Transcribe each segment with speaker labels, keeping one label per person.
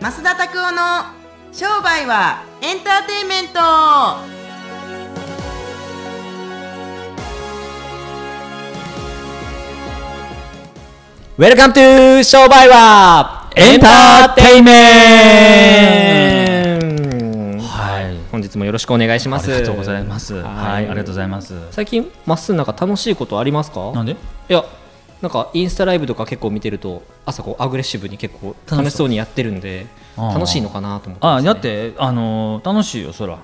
Speaker 1: 増田拓夫の商売はエンターテインメント。
Speaker 2: ウェルカムトゥ商売はエンターテイメント。はい、本日もよろしくお願いします。
Speaker 3: ありがとうございます。はい、ありがとうございます。
Speaker 2: 最近まっすーなんか楽しいことありますか？
Speaker 3: なんで？
Speaker 2: いや、なんかインスタライブとか結構見てると朝こうアグレッシブに結構楽しそうにやってるんで楽しいのかなと思ってますね。
Speaker 3: だって楽しいよそら。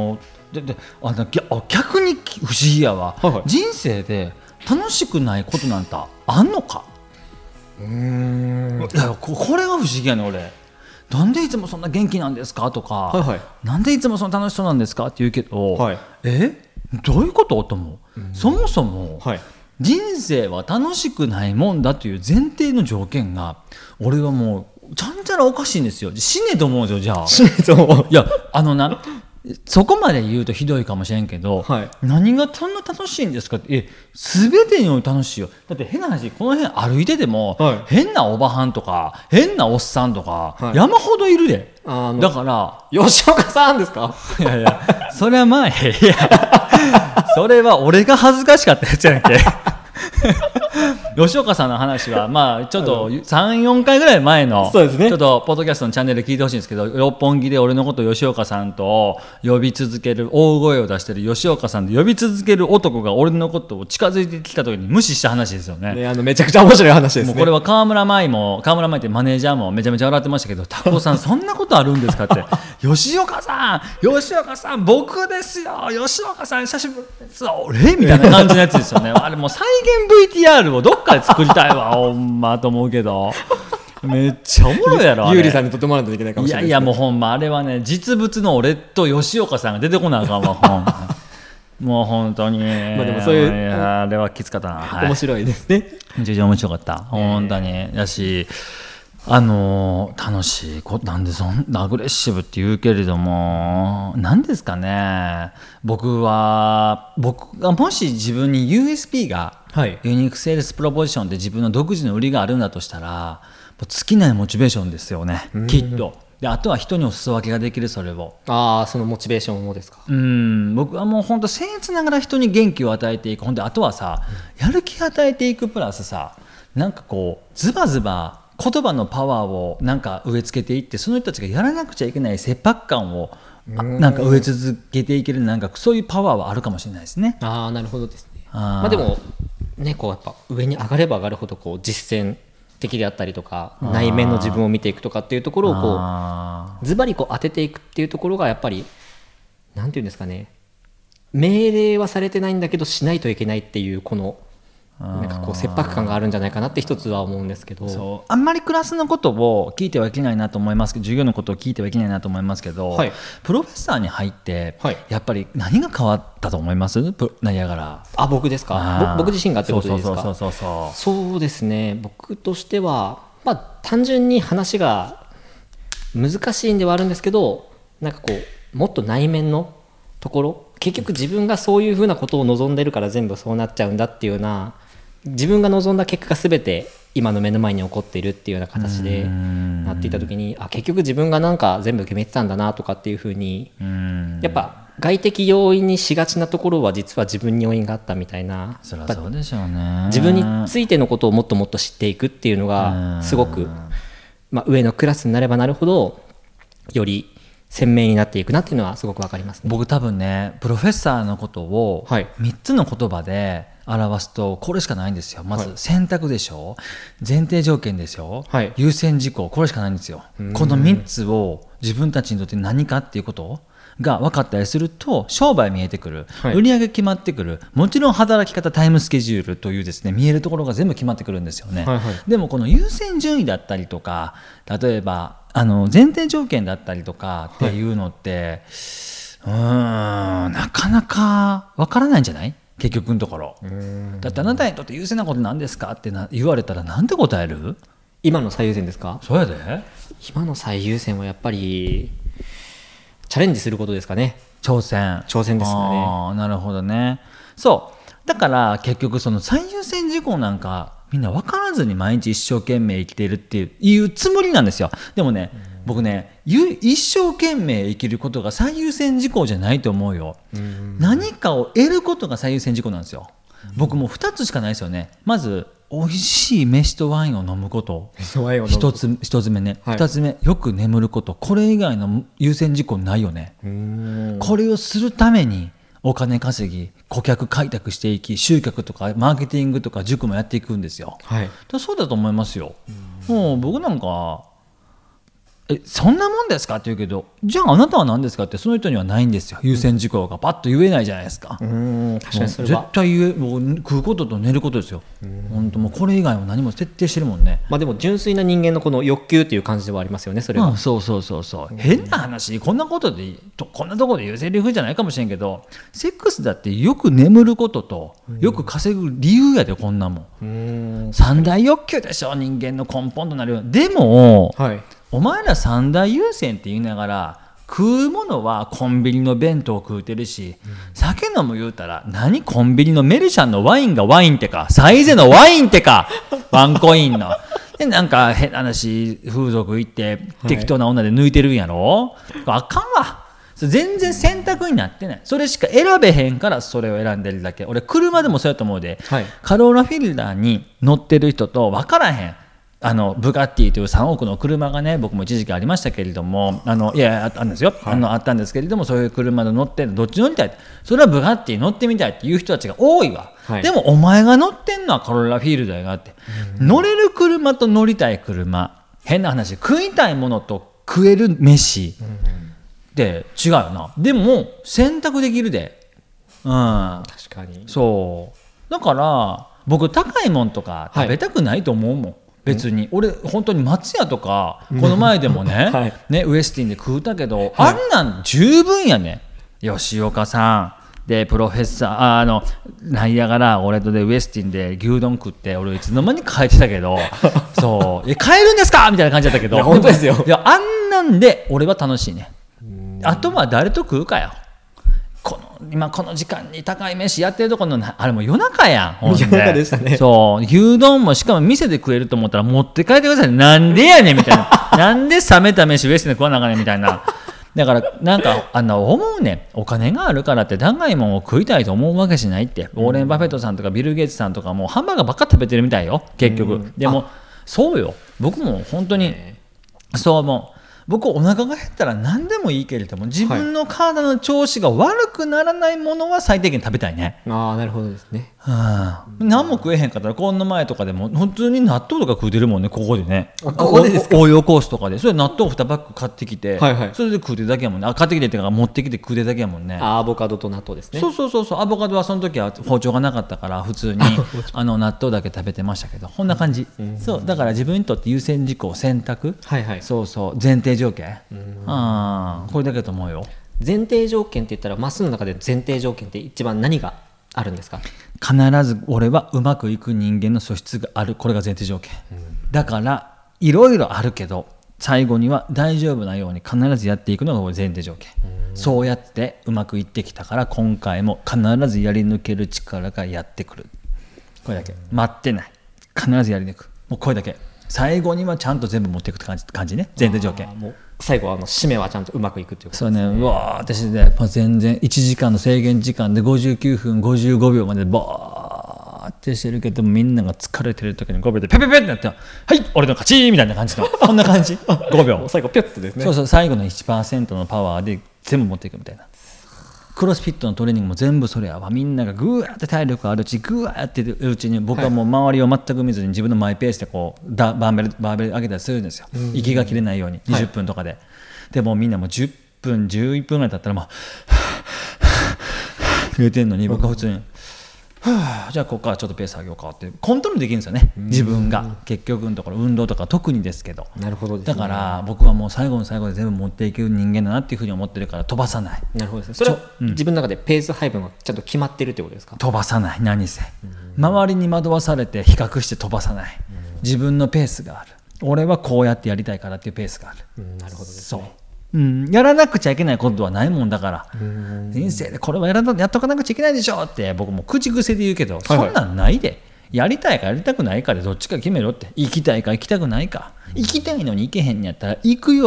Speaker 3: 逆に不思議やわ、はいはい、人生で楽しくないことなんてあんのか。いやこれが不思議やね。俺なんでいつもそんな元気なんですかとか、はいはい、なんでいつもそんな楽しそうなんですかって言うけど、はい、どういうことと思う、そもそも、はい、人生は楽しくないもんだという前提の条件が俺はもうちゃんちゃらおかしいんですよ。死ねと思うんですよ。じゃあ死ねと思う。いやそこまで言うとひどいかもしれんけど、はい、何がそんな楽しいんですかって。全てにおいて楽しいよ。だって変な話、この辺歩いてても、はい、変なおばはんとか変なおっさんとか、はい、山ほどいるで。だから
Speaker 2: 吉岡さんですか？
Speaker 3: いやいやそれはまあそれは俺が恥ずかしかったやつやんけ吉岡さんの話はまあちょっと 3,4 回ぐらい前のそうですね、ちょっとポッドキャストのチャンネルで聞いてほしいんですけど、六本木で俺のことを吉岡さんと呼び続ける、大声を出してる吉岡さんで呼び続ける男が俺のことを近づいてきた時に無視した話ですよ ね。
Speaker 2: めちゃくちゃ面白い話ですね。
Speaker 3: もうこれは川村舞ってマネージャーもめちゃめちゃ笑ってましたけど、タコさんそんなことあるんですかって吉岡さん僕ですよ、吉岡さん久しぶりですよ俺みたいな感じのやつですよねあれもう再現 VTR をどっかで作りたいわほんまと思うけどめっちゃおもろいやろ。
Speaker 2: ゆうりさんにとってもらわないといけないかもしれないです、ね、
Speaker 3: いやもうほんまあれはね、実物の俺と吉岡さんが出てこなあかんわほんまもう本当に
Speaker 2: まあでもそういう
Speaker 3: あれはきつかったな、はい、
Speaker 2: 面白いですね。
Speaker 3: めちゃくちゃ面白かった本当に。だし楽しいなんでそんなアグレッシブって言うけれども、なんですかね。僕がもし自分に USP が、はい、ユニークセールスプロポジションで自分の独自の売りがあるんだとしたら尽きないモチベーションですよね、きっと。であとは人にお裾分けができる。それを
Speaker 2: そのモチベーションをですか。
Speaker 3: 僕はもう本当僭越ながら人に元気を与えていく。ほんであとはさ、やる気を与えていくプラスさ、なんかこうズバズバ言葉のパワーをなんか植え付けていって、その人たちがやらなくちゃいけない切迫感をなんか植え続けていける、なんかそういうパワーはあるかもしれないですね。
Speaker 2: なるほどですね。でもね、こうやっぱ上に上がれば上がるほどこう実践的であったりとか内面の自分を見ていくとかっていうところをこうズバリこう当てていくっていうところがやっぱりなんていうんですかね、命令はされてないんだけどしないといけないっていうこのなんかこう切迫感があるんじゃないかなって一つは思うんですけど、
Speaker 3: あんまりクラスのことを聞いてはいけないなと思いますけど、授業のことを聞いてはいけないなと思いますけど、はい、プロフェッサーに入って、はい、やっぱり何が変わったと思います？ナイアガラ。
Speaker 2: 僕ですか？僕自身がってことですか？そうですね、僕としては単純に話が難しいんではあるんですけど、なんかこうもっと内面のところ、結局自分がそういうふうなことを望んでるから全部そうなっちゃうんだっていうような、自分が望んだ結果が全て今の目の前に起こっているっていうような形でなっていた時に、結局自分がなんか全部決めてたんだなとかっていうふうに、やっぱ外的要因にしがちなところは実は自分に要因があったみたいな。
Speaker 3: そりゃそうでしょうね。
Speaker 2: 自分についてのことをもっともっと知っていくっていうのがすごく、上のクラスになればなるほどより鮮明になっていくなっていうのはすごくわかりますね。
Speaker 3: 僕多分ね、プロフェッサーのことを3つの言葉で表すとこれしかないんですよ。まず選択でしょ、前提条件ですよ、優先事項、これしかないんですよ。この3つを自分たちにとって何かっていうことが分かったりすると商売見えてくる、売り上げ決まってくる、もちろん働き方、タイムスケジュールというですね、見えるところが全部決まってくるんですよね、でもこの優先順位だったりとか、例えば前提条件だったりとかっていうのって、なかなか分からないんじゃない？結局のところ。だってあなたにとって優先なこと何ですかって言われたらなんて答える？
Speaker 2: 今の最優先ですか？
Speaker 3: そうやで。
Speaker 2: 今の最優先はやっぱりチャレンジすることですかね。挑戦ですよね。
Speaker 3: なるほどね。そうだから結局その最優先事項なんかみんな分からずに毎日一生懸命生きているっていうつもりなんですよ。でもね、 僕ね一生懸命生きることが最優先事項じゃないと思うよ。何かを得ることが最優先事項なんですよ。僕もう2つしかないですよね。まず美味しい飯とワインを飲むこと1つ目ね、はい、2つ目よく眠ること。これ以外の優先事項ないよね。これをするためにお金稼ぎ顧客開拓していき集客とかマーケティングとか塾もやっていくんですよ、はい、そうだと思いますよ。もう僕なんかそんなもんですかって言うけど、じゃああなたは何ですかってその人にはないんですよ。優先事項がパッと言えないじゃないですか。確かにそれは絶対もう食うことと寝ることですよ。本当もうこれ以外は何も徹底してるもんね。
Speaker 2: まあでも純粋な人間のこの欲求っていう感じではありますよね。それは、
Speaker 3: そう変な話、こんなことでこんなところで言うセリフじゃないかもしれんけど、セックスだってよく眠ることとよく稼ぐ理由やで。こんなもん三大欲求でしょ、人間の根本となる。でも、はい、お前ら三大優先って言いながら食うものはコンビニの弁当を食うてるし、酒飲む言うたら何コンビニのメルシャンのワインがワインってか、サイゼのワインってかワンコインので、なんか変な話風俗行って適当な女で抜いてるんやろ、あかんわ。全然選択になってない。それしか選べへんからそれを選んでるだけ。俺車でもそうやと思うで、はい、カローラフィルダーに乗ってる人と分からへん。ブガッティという3億の車がね、僕も一時期ありましたけれども、いやあったんですよ、はい、あったんですけれども、そういう車で乗ってどっち乗りたい、それはブガッティ乗ってみたいっていう人たちが多いわ、はい、でもお前が乗ってんのはカローラフィールダーがあって、乗れる車と乗りたい車、変な話食いたいものと食える飯って違うよな。でも選択できるで、確
Speaker 2: かに
Speaker 3: そうだから僕高いもんとか食べたくないと思うもん、別に。俺本当に松屋とかこの前でもね、はい、ねウエスティンで食うたけど、はい、あんなん十分やね。吉岡さんでプロフェッサーナイアガラ俺とでウエスティンで牛丼食って、俺いつの間にか帰ってたけどそう帰るんですかみたいな感じだったけど、
Speaker 2: 本当ですよ。
Speaker 3: いやあんなんで俺は楽しいね。あとは誰と食うかよ。今この時間に高い飯やってるところのあれも夜中やん。
Speaker 2: 夜中でしたね。
Speaker 3: そう牛丼もしかも店で食えると思ったら持って帰ってください。なんでやねんみたいななんで冷めた飯ウエストで食わなあかんねんみたいな。だからなんか思うね、お金があるからって高いもんを食いたいと思うわけじゃないって。ウォーレン・バフェットさんとかビル・ゲイツさんとかもハンバーガーばっか食べてるみたいよ結局。でもそうよ、僕も本当にそう思う。僕お腹が減ったら何でもいいけれども、自分の体の調子が悪くならないものは最低限食べたいね。
Speaker 2: なるほどですね。
Speaker 3: 何も食えへんかったらこの前とかでも普通に納豆とか食うてるもんね。ここでね、
Speaker 2: ここでですか。
Speaker 3: 応用コースとかでそれ納豆2パック買ってきて、
Speaker 2: はいはい、
Speaker 3: それで食うてるだけやもんね。買ってきてっていうか持ってきて食うてるだけやもんね。
Speaker 2: アボカドと納豆ですね。
Speaker 3: そうアボカドはその時は包丁がなかったから普通に納豆だけ食べてましたけど、こんな感じ、そうだから自分にとって優先事項選択、
Speaker 2: はいはい、
Speaker 3: そう前提条件、これだけだと思うよ。
Speaker 2: 前提条件って言ったらマスの中で前提条件って一番何があるんですか。
Speaker 3: 必ず俺はうまくいく人間の素質がある、これが前提条件、だからいろいろあるけど最後には大丈夫なように必ずやっていくのが前提条件。そうやってうまくいってきたから今回も必ずやり抜ける力がやってくる。これだけ、待ってない、必ずやり抜く、もうこれだけ。最後にはちゃんと全部持っていくって感じね、前提条件。
Speaker 2: もう最後は締めはちゃんとうまくいくっていうこと
Speaker 3: ですね。そうね、うわ私ね全然1時間の制限時間で59分55秒までバーってしてるけど、みんなが疲れてる時に5秒でペペペってなってはい俺の勝ちみたいな感じのこんな感じ5秒
Speaker 2: 最後ピュッとですね。
Speaker 3: そう最後の 1% のパワーで全部持っていくみたいな。クロスフィットのトレーニングも全部それやわ。みんながぐわって体力あるうちぐわってるうちに僕はもう周りを全く見ずに自分のマイペースでこうバーベル上げたりするんですよ。息が切れないように20分とかで、はい、でもみんなもう10分11分ぐらい経ったらもう言うてんのに僕は普通にじゃあここからちょっとペース上げようかってコントロールできるんですよね、自分が。結局のところ運動とか特にですけど。
Speaker 2: なるほどですね。
Speaker 3: だから僕はもう最後の最後で全部持っていく人間だなっていうふうに思ってるから飛ばさない。
Speaker 2: なるほどですね。それは自分の中でペース配分がちゃんと決まってるってことですか。
Speaker 3: 飛ばさない、何せ周りに惑わされて比較して飛ばさない。自分のペースがある。俺はこうやってやりたいからっていうペースがある。
Speaker 2: なるほどですね。
Speaker 3: そうやらなくちゃいけないことはないもんだから、人生でこれはやっとかなくちゃいけないでしょって僕も口癖で言うけど、そんなんないで、やりたいかやりたくないかでどっちか決めろって。行きたいか行きたくないか、行きたいのに行けへんにやったら行くように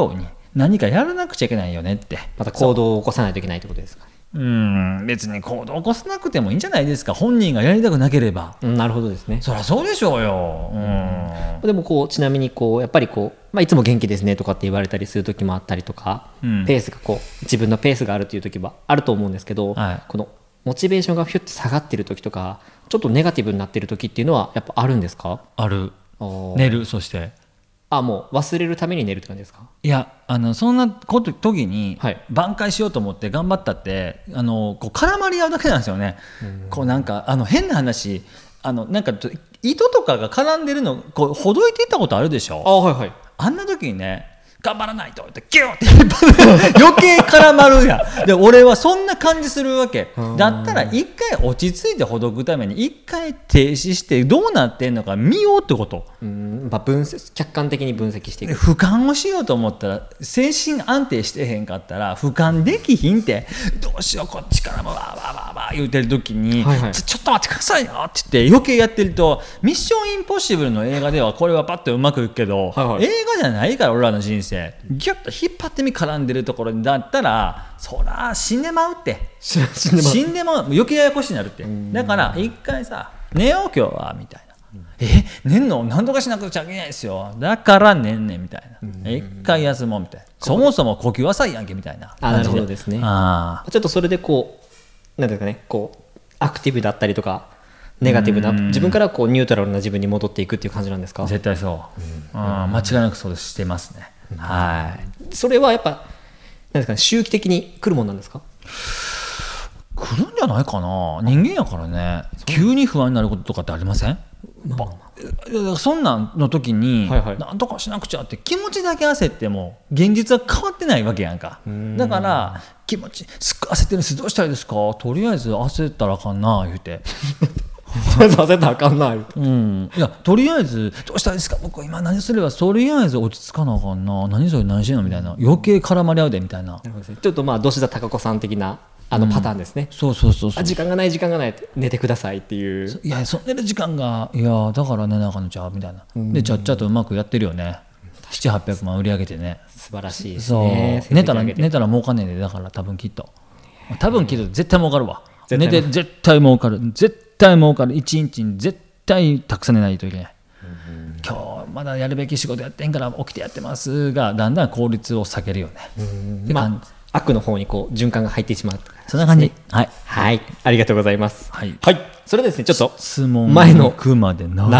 Speaker 3: 何かやらなくちゃいけないよねって。
Speaker 2: また行動を起こさないといけないってことですか。
Speaker 3: 別に行動を起こさなくてもいいんじゃないですか、本人がやりたくなければ。
Speaker 2: なるほどですね。
Speaker 3: そりゃそうでしょうよ。
Speaker 2: でもこうちなみにこうやっぱりこう、いつも元気ですねとかって言われたりする時もあったりとか、ペースがこう自分のペースがあるっていう時はあると思うんですけど、このモチベーションがヒュッて下がってる時とかちょっとネガティブになってる時っていうのはやっぱあるんですか？
Speaker 3: ある。寝る。そして
Speaker 2: もう忘れるために寝るって感じですか？
Speaker 3: いや、そんな時に挽回しようと思って頑張ったってこう絡まり合うだけなんですよね。こうなんか変な話なんか糸とかが絡んでるのこうほどいていったことあるでしょ。あんな時にね、頑張らないとってギューって余計絡まるやん。で俺はそんな感じするわけだったら、一回落ち着いてほどくために一回停止してどうなってんのか見ようってこと。
Speaker 2: 客観的に分析していく。
Speaker 3: 俯瞰をしようと思ったら精神安定してへんかったら俯瞰できひんって。どうしよう、こっちからもわーわーわーわー言うてる時に、ちょっと待ってくださいよって言って余計やってると、ミッションインポッシブルの映画ではこれはパッとうまくいくけど、映画じゃないから俺らの人生ギュッと引っ張ってみ絡んでるところだったらそら死んでまうって。死んでまう、余計ややこしになるって。だから一回さ、寝よう今日はみたいな。寝んの何とかしなくちゃいけないですよ、だから寝んねんみたいな。一回休もうみたいな。そもそも呼吸浅いやんけみたいな
Speaker 2: なるほどですね。ちょっとそれでこうなんですかね、こうアクティブだったりとかネガティブな自分からこうニュートラルな自分に戻っていくっていう感じなんですか？
Speaker 3: 絶対そう、間違いなくそうしてますね。
Speaker 2: それはやっぱなんですかね、周期的に来るもんなんですか？
Speaker 3: 来るんじゃないかな。人間やからね、急に不安になることとかってありません？そんなんの時に何とかしなくちゃって気持ちだけ焦っても現実は変わってないわけやんか。だから気持ちすっごい焦ってるんです、どうしたらいいですか、とりあえず焦ったらあかんな言うて
Speaker 2: 焦ったらあかんな言うて、
Speaker 3: いやとりあえずどうしたらいいですか、僕今何すれば、とりあえず落ち着かなあかんな、何それ何してんのみたいな、余計絡まり合うでみたいな。
Speaker 2: ちょっと土田貴子さん的なパターンですね。
Speaker 3: そう
Speaker 2: 時間がないって寝てくださいっていう。
Speaker 3: いや寝る時間が、いやだから寝なあかんのちゃうみたいな。でちゃっちゃとうまくやってるよね。700-800万売り上げてね。
Speaker 2: 素晴らしいですね。
Speaker 3: 寝たら儲かんねえで、だから多分きっと絶対儲かるわ。寝て絶対儲かる、一日に絶対たくさん寝ないといけない。今日まだやるべき仕事やってんから起きてやってますが、だんだん効率を下げるよね。
Speaker 2: 悪の方にこう循環が入ってしまう、
Speaker 3: そんな感じ。はい、
Speaker 2: ありがとうございます。それでですね、ちょっと
Speaker 3: 質問前のくまで長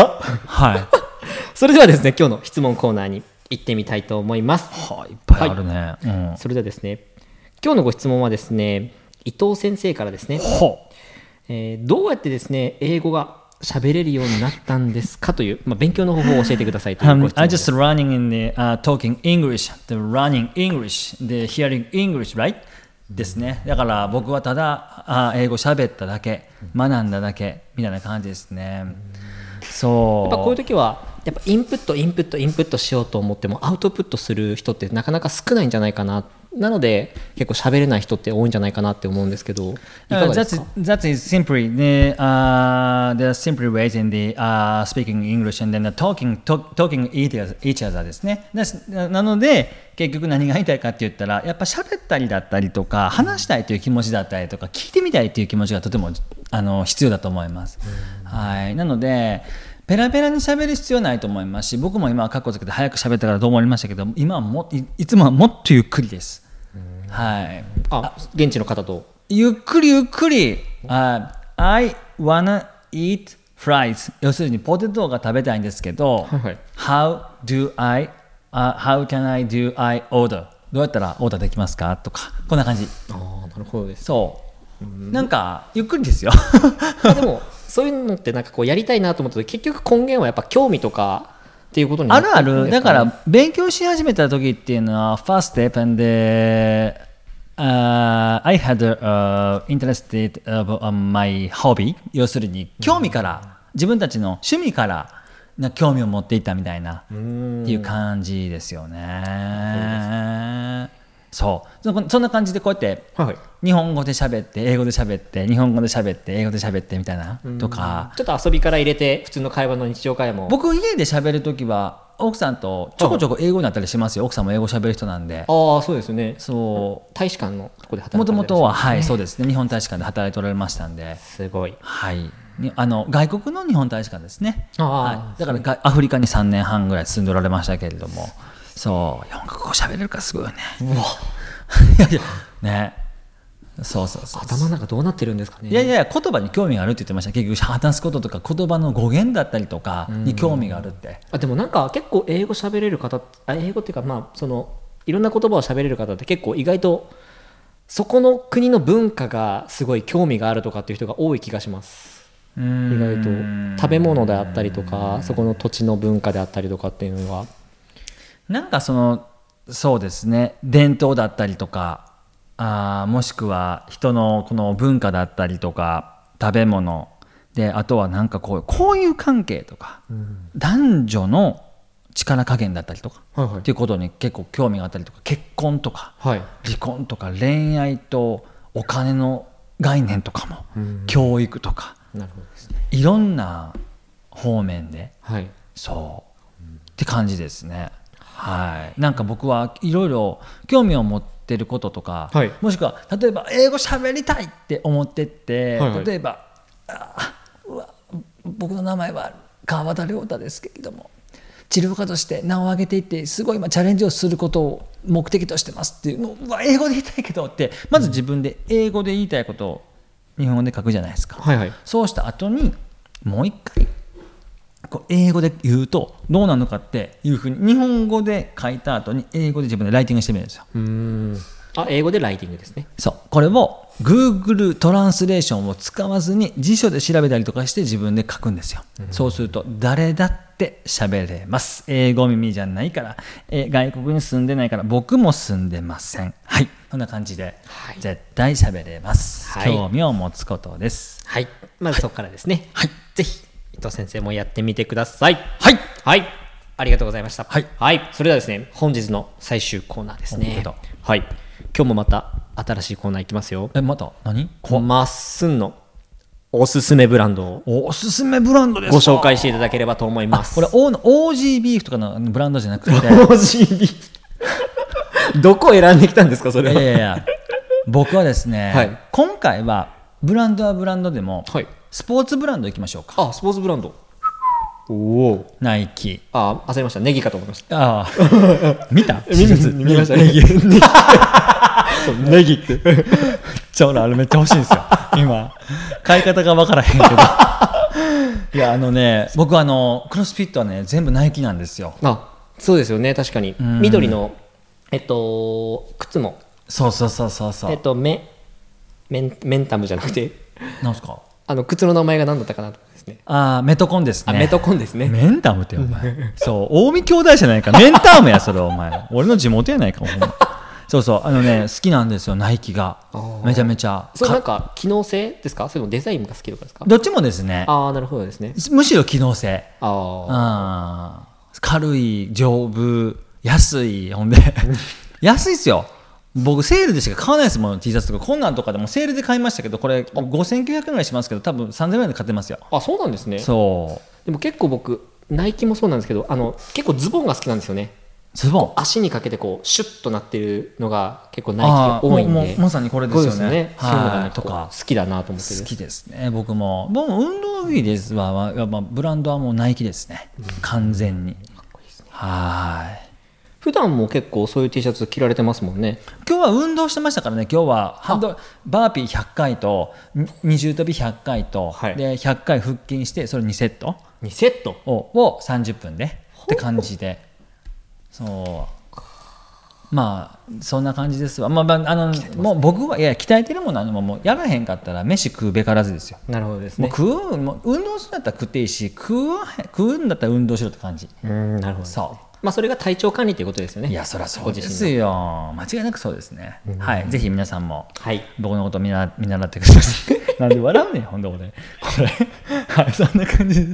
Speaker 2: それではですね、今日の質問コーナーに行ってみたいと思います。
Speaker 3: いっぱいあるね。
Speaker 2: それではですね、今日のご質問はですね、伊藤先生からですね、どうやってですね英語が喋れるようになったんですかという、勉強の方法を教えてくださいというご質問です。
Speaker 3: I just running in the talking English, the running English, the hearing English, right? ですね。だから僕はただ英語喋っただけ、学んだだけみたいな感じですね。そう。
Speaker 2: やっぱこういう時はやっぱインプットしようと思ってもアウトプットする人ってなかなか少ないんじゃないかな。なので結構喋れない人って多いんじゃないかなって思うんですけど、いかがですか
Speaker 3: ？That is simply there are simply ways in the speaking English and then talking each other ですね。なので結局何が言いたいかって言ったら、やっぱ喋ったりだったりとか話したいという気持ちだったりとか聞いてみたいという気持ちがとても必要だと思います。なのでペラペラに喋る必要はないと思いますし、僕も今はカッコつけて早く喋ったからどう思いましたけど、今はいつもはもっとゆっくりです。
Speaker 2: 現地の方と
Speaker 3: ゆっくりI wanna eat fries、 要するにポテトが食べたいんですけど、How can I order、 どうやったらオーダーできますかとか、こんな感じ。
Speaker 2: なるほどです。
Speaker 3: そうなんかゆっくりですよ
Speaker 2: でもそういうのってなんかこうやりたいなと思った時、結局根源はやっぱ興味とかっていうことになってるんですかね。
Speaker 3: だから勉強し始めた時っていうのは first step and I had interested of my hobby、 要するに興味から、自分たちの趣味から興味を持っていったみたいなっていう感じですよね。そんな感じでこうやって日本語で喋って英語で喋って日本語で喋って英語で喋ってみたいなとか、
Speaker 2: ちょっと遊びから入れて普通の会話の日常会話も。
Speaker 3: 僕家で喋るときは奥さんとちょこちょこ英語になったりしますよ。奥さんも英語喋る人なんで。
Speaker 2: ああそうですね。
Speaker 3: そう
Speaker 2: 大使館のとこで働いて
Speaker 3: もともとは、はい、そうですね、日本大使館で働いておられましたんで。
Speaker 2: すごい、
Speaker 3: はい、外国の日本大使館ですね。
Speaker 2: はい、
Speaker 3: だからアフリカに3年半ぐらい住んでおられましたけれども、そう4カ国語喋れるからすごいよね。
Speaker 2: うわ
Speaker 3: ね、そう
Speaker 2: 頭の中どうなってるんですかね。
Speaker 3: いや言葉に興味があるって言ってました。結局話すこととか言葉の語源だったりとかに興味があるって。
Speaker 2: でもなんか結構英語喋れる方、英語っていうかまあそのいろんな言葉を喋れる方って結構意外とそこの国の文化がすごい興味があるとかっていう人が多い気がします。意外と食べ物であったりとかそこの土地の文化であったりとかっていうのは
Speaker 3: なんかそうですね、伝統だったりとかもしくは人のこの文化だったりとか食べ物で、あとはなんかこういう関係とか、男女の力加減だったりとか、っていうことに結構興味があったりとか、結婚とか、離婚とか恋愛とお金の概念とかも、教育とか、
Speaker 2: なるほどですね、
Speaker 3: いろんな方面で、そうって感じですね。なんか僕はいろいろ興味を持ってることとか、もしくは例えば英語喋りたいって思ってって、例えば僕の名前は川端亮太ですけれども治療家として名を上げていってすごい今チャレンジをすることを目的としてますっていうのを英語で言いたいけどってまず自分で英語で言いたいことを日本語で書くじゃないですか。そうした後にもう一回こう英語で言うとどうなるのかっていうふうに日本語で書いた後に英語で自分でライティングしてみるんですよ。
Speaker 2: 英語でライティングですね。
Speaker 3: そうこれを Google トランスレーションを使わずに辞書で調べたりとかして自分で書くんですよ。そうすると誰だって喋れます。英語耳じゃないから、外国に住んでないから僕も住んでません。こんな感じで、絶対喋れます。興味を持つことです。
Speaker 2: まずそこからですね。ぜひ伊藤先生もやってみてください。ありがとうございました。それではですね、本日の最終コーナーですね。今日もまた新しいコーナーいきますよ。
Speaker 3: また何？
Speaker 2: まっすんのおすすめブランドを
Speaker 3: おすすめブランドですか？
Speaker 2: ご紹介していただければと思います。
Speaker 3: これOGビーフとかのブランドじゃなくて
Speaker 2: OGビーフどこを選んできたんですかそれは。
Speaker 3: いや僕はですね、今回はブランドはブランドでも、スポーツブランドいきましょうか。
Speaker 2: スポーツブランド。
Speaker 3: ナイキ。
Speaker 2: 焦りました。ネギかと思いました。
Speaker 3: 見た？
Speaker 2: 見ました。ネギって
Speaker 3: あれめっちゃ欲しいんですよ今買い方が分からへんけどいや僕はクロスフィットはね全部ナイキなんですよ。
Speaker 2: そうですよね。確かに緑の靴も
Speaker 3: そう
Speaker 2: メンタムじゃなくて
Speaker 3: なんすか
Speaker 2: 靴の名前が何だったかなとですね。
Speaker 3: メトコンですね。
Speaker 2: メトコンですね。
Speaker 3: メンタムってお前そう近江兄弟じゃないか。メンタームやそれお前俺の地元やないか。そう好きなんですよナイキがめちゃめちゃ。
Speaker 2: それなんか機能性ですか？それともデザインが好きとかですか？
Speaker 3: どっちもですね。
Speaker 2: なるほどですね。
Speaker 3: むしろ機能性。軽い丈夫安いほんで安いっすよ。僕セールでしか買わないですもん。 T シャツとかこんなんとかでもセールで買いましたけどこれ5900円ぐらいしますけど多分3000円で買ってますよ。
Speaker 2: そうなんですね。
Speaker 3: で
Speaker 2: も結構僕ナイキもそうなんですけど結構ズボンが好きなんですよね。
Speaker 3: ズボン
Speaker 2: 足にかけてこうシュッとなってるのが結構ナイキが多いんで
Speaker 3: まさにこれですよね。
Speaker 2: そういうのがとか好きだなと思ってる。
Speaker 3: 好きですね。僕も運動着ですはブランドはもうナイキですね、完全に。
Speaker 2: 普段も結構そういう T シャツ着られてますもんね。
Speaker 3: 今日は運動してましたからね。今日はバーピー100回と二重跳び100回と、で100回腹筋してそれ2セットを30分でって感じで、そんな感じですわ。もう僕は鍛えてるも何ももうやらへんかったら飯食うべからずですよ。
Speaker 2: なるほどですね。
Speaker 3: もう運動するんだったら食っていいし食うんだったら運動しろって感じ。
Speaker 2: なるほど。それが体調管理ということですよね。
Speaker 3: いやそりゃそうですよ。間違いなくそうですね。ぜひ皆さんも僕のことを見習ってください。なんで笑うねんほんで俺これそんな感じです。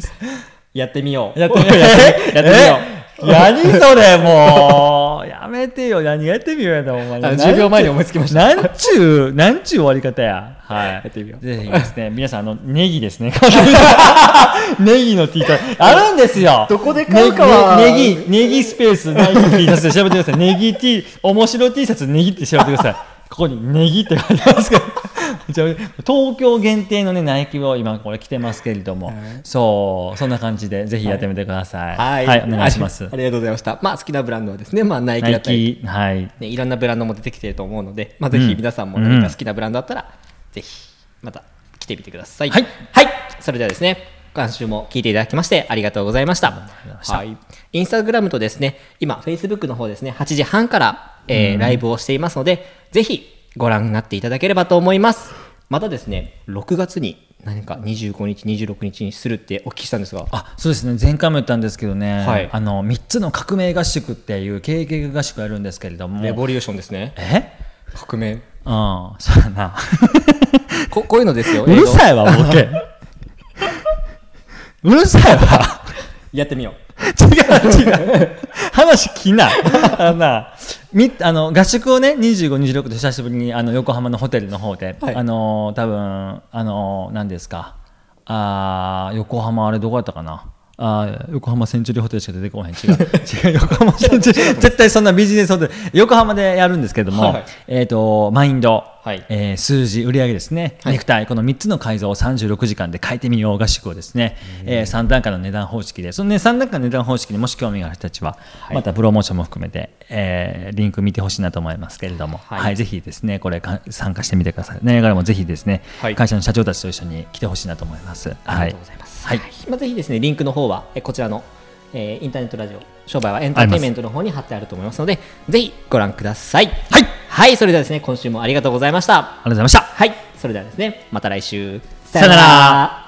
Speaker 2: やってみよう。
Speaker 3: 何それもうやめてよ。何やってみようやだお前。
Speaker 2: 10秒前に思いつきました。
Speaker 3: なんちゅう終わり方や。はい。
Speaker 2: やってみよう。
Speaker 3: ぜひですね、皆さんネギですね。ネギの T シャツあるんですよ。
Speaker 2: どこで買うかは
Speaker 3: ネギスペースナイキ T シャツで調べてください。ネギ T 面白 T シャツネギって調べてください。ここにネギって書いてますから。東京限定のねナイキを今これ着てますけれども、そんな感じでぜひやってみてください。はい、お願いします。
Speaker 2: ありがとうございました。好きなブランドはですね、ナイキだったり、ね、いろんなブランドも出てきていると思うので、ぜひ皆さんも何か好きなブランドだったら、ぜひまた来てみてください。はい、それではですね、今週も聞いていただきましてありがとうございました。インスタグラムとですね、今 Facebook の方ですね、8時半から、ライブをしていますので、ぜひご覧になっていただければと思います。またですね、6月に何か25日26日にするってお聞きしたんですが。
Speaker 3: そうですね、前回も言ったんですけどね、3つの革命合宿っていう経営合宿をやるんですけれども、
Speaker 2: レボリューションですね。革命。
Speaker 3: そうやな。
Speaker 2: こういうのですよ。
Speaker 3: うるさいわボケ。うるさいわ。
Speaker 2: やってみよう。
Speaker 3: 違う話聞きな。合宿をね25、26で久しぶりに横浜のホテルの方で、多分何ですか、横浜あれどこやったかな、横浜センチュリーホテルしか出てこない。違う横浜センチュリー絶対そんなビジネスホテル横浜でやるんですけども、マインド、数字売上ですね、ネクタイ、この3つの改造を36時間で変えてみよう合宿をですね、3段階の値段方式で、そのね3段階の値段方式にもし興味がある人たちは、またプロモーションも含めて、リンク見てほしいなと思いますけれども、ぜひですねこれ参加してみてください。ね、からもぜひですね、会社の社長たちと一緒に来てほしいなと思います。
Speaker 2: ありがとうございます。ぜひですねリンクの方はこちらのインターネットラジオ商売はエンターテインメントの方に貼ってあると思いますので、ぜひご覧ください。それではですね、今週もありがとうございました。
Speaker 3: ありがとうございました。
Speaker 2: それではですね、また来週。さよなら。